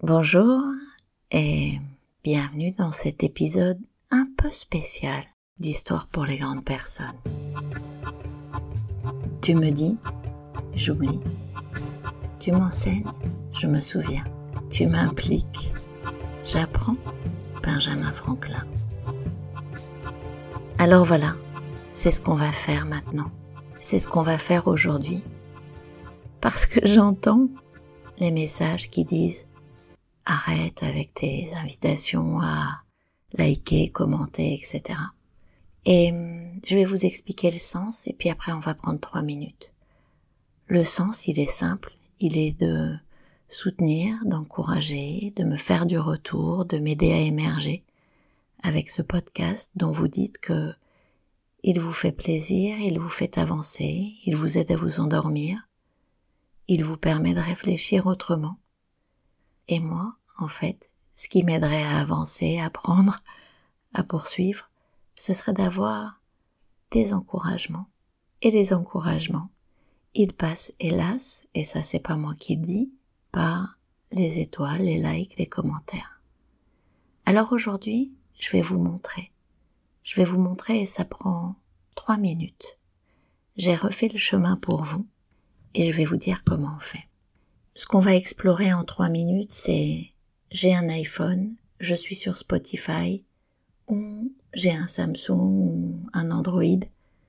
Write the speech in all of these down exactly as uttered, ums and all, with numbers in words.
Bonjour et bienvenue dans cet épisode un peu spécial d'Histoire pour les grandes personnes. Tu me dis, j'oublie. Tu m'enseignes, je me souviens. Tu m'impliques, j'apprends. Benjamin Franklin. Alors voilà, c'est ce qu'on va faire maintenant. C'est ce qu'on va faire aujourd'hui. Parce que j'entends les messages qui disent arrête avec tes invitations à liker, commenter, et cetera. Et je vais vous expliquer le sens et puis après on va prendre trois minutes. Le sens, il est simple, il est de soutenir, d'encourager, de me faire du retour, de m'aider à émerger avec ce podcast dont vous dites que il vous fait plaisir, il vous fait avancer, il vous aide à vous endormir, il vous permet de réfléchir autrement. Et moi, en fait, ce qui m'aiderait à avancer, à apprendre, à poursuivre, ce serait d'avoir des encouragements. Et les encouragements, ils passent, hélas, et ça c'est pas moi qui le dis, par les étoiles, les likes, les commentaires. Alors aujourd'hui, je vais vous montrer. Je vais vous montrer et ça prend trois minutes. J'ai refait le chemin pour vous et je vais vous dire comment on fait. Ce qu'on va explorer en trois minutes, c'est j'ai un iPhone, je suis sur Spotify, ou j'ai un Samsung ou un Android,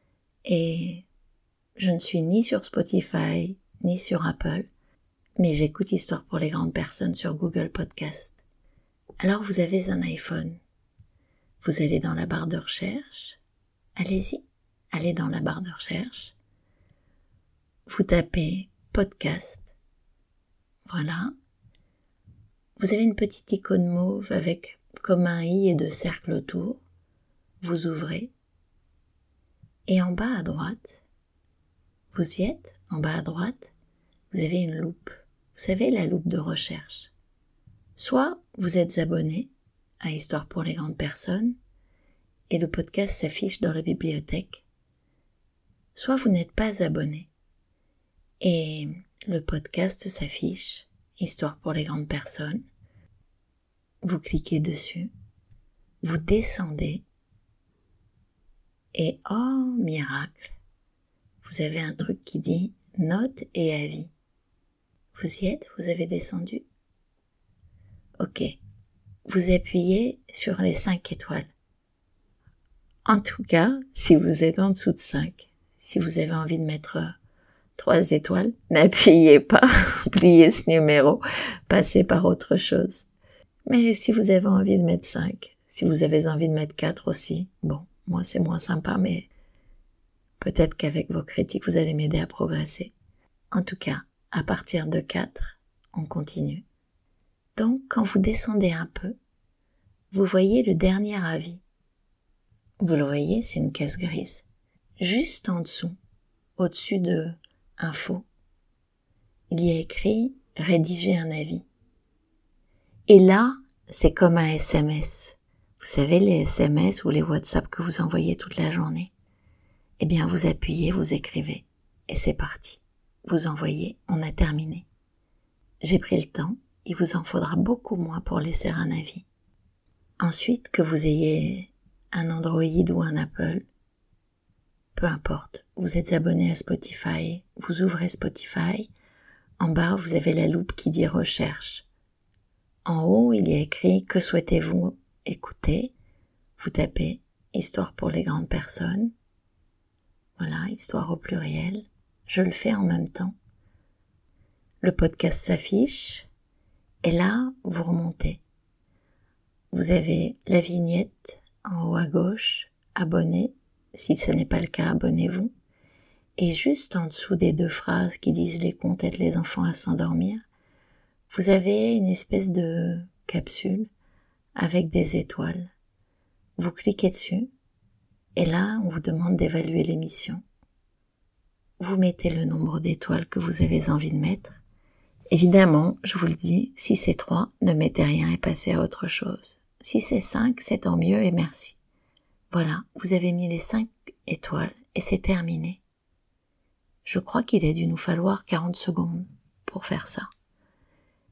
et je ne suis ni sur Spotify, ni sur Apple, mais j'écoute Histoire pour les grandes personnes sur Google Podcast. Alors vous avez un iPhone, vous allez dans la barre de recherche, allez-y, allez dans la barre de recherche, vous tapez podcast, voilà. Vous avez une petite icône mauve avec comme un i et deux cercles autour. Vous ouvrez. Et en bas à droite, vous y êtes, en bas à droite, vous avez une loupe. Vous savez, la loupe de recherche. Soit vous êtes abonné à Histoire pour les grandes personnes et le podcast s'affiche dans la bibliothèque. Soit vous n'êtes pas abonné et le podcast s'affiche Histoire pour les grandes personnes. Vous cliquez dessus, vous descendez et oh miracle, vous avez un truc qui dit notes et avis. Vous y êtes? Vous avez descendu? Ok. Vous appuyez sur les cinq étoiles. En tout cas, si vous êtes en dessous de cinq, si vous avez envie de mettre trois étoiles, n'appuyez pas, oubliez ce numéro, passez par autre chose. Mais si vous avez envie de mettre cinq, si vous avez envie de mettre quatre aussi, bon, moi c'est moins sympa, mais peut-être qu'avec vos critiques, vous allez m'aider à progresser. En tout cas, à partir de quatre, on continue. Donc, quand vous descendez un peu, vous voyez le dernier avis. Vous le voyez, c'est une case grise. Juste en dessous, au-dessus de info, il y a écrit « Rédiger un avis ». Et là, c'est comme un S M S. Vous savez, les S M S ou les WhatsApp que vous envoyez toute la journée. Eh bien, vous appuyez, vous écrivez, et c'est parti. Vous envoyez, on a terminé. J'ai pris le temps, il vous en faudra beaucoup moins pour laisser un avis. Ensuite, que vous ayez un Android ou un Apple, peu importe, vous êtes abonné à Spotify, vous ouvrez Spotify, en bas, vous avez la loupe qui dit « Recherche ». En haut, il y a écrit « Que souhaitez-vous écouter ?» Vous tapez « Histoire pour les grandes personnes ». Voilà, histoire au pluriel. Je le fais en même temps. Le podcast s'affiche et là, vous remontez. Vous avez la vignette en haut à gauche, abonné. Si ce n'est pas le cas, abonnez-vous. Et juste en dessous des deux phrases qui disent « Les contes aident les enfants à s'endormir », vous avez une espèce de capsule avec des étoiles. Vous cliquez dessus et là, on vous demande d'évaluer l'émission. Vous mettez le nombre d'étoiles que vous avez envie de mettre. Évidemment, je vous le dis, si c'est trois, ne mettez rien et passez à autre chose. Si c'est cinq, c'est tant mieux et merci. Voilà, vous avez mis les cinq étoiles et c'est terminé. Je crois qu'il a dû nous falloir quarante secondes pour faire ça.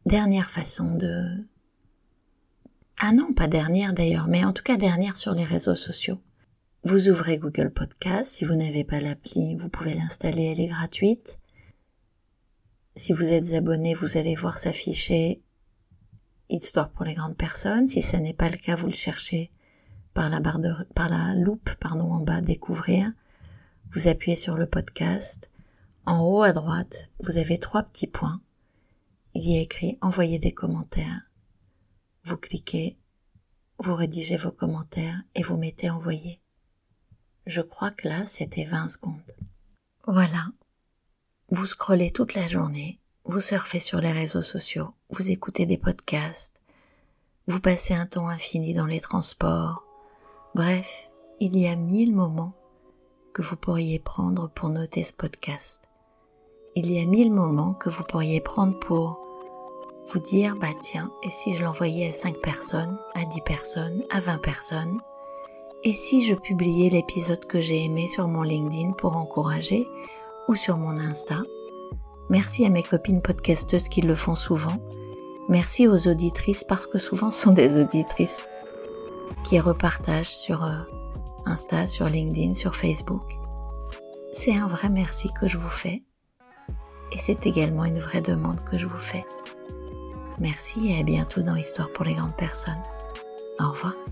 dernière façon de... Ah non, pas dernière d'ailleurs, mais en tout cas dernière sur les réseaux sociaux. Vous ouvrez Google Podcast, si vous n'avez pas l'appli, vous pouvez l'installer, elle est gratuite. Si vous êtes abonné, vous allez voir s'afficher Histoire pour les grandes personnes. Si ça n'est pas le cas, vous le cherchez par la barre de, par la loupe, pardon, en bas, découvrir. Vous appuyez sur le podcast. En haut à droite, vous avez trois petits points. Il y a écrit envoyer des commentaires. Vous cliquez, vous rédigez vos commentaires et vous mettez envoyer. Je crois que là, c'était vingt secondes. Voilà. Vous scrollez toute la journée, vous surfez sur les réseaux sociaux, vous écoutez des podcasts, vous passez un temps infini dans les transports. Bref, il y a mille moments que vous pourriez prendre pour noter ce podcast. Il y a mille moments que vous pourriez prendre pour vous dire, bah tiens, et si je l'envoyais à cinq personnes, à dix personnes, à vingt personnes, et si je publiais l'épisode que j'ai aimé sur mon LinkedIn pour encourager, ou sur mon Insta. Merci à mes copines podcasteuses qui le font souvent. Merci aux auditrices, parce que souvent ce sont des auditrices qui repartagent sur euh, Insta, sur LinkedIn, sur Facebook. C'est un vrai merci que je vous fais. Et c'est également une vraie demande que je vous fais. Merci et à bientôt dans Histoire pour les grandes personnes. Au revoir.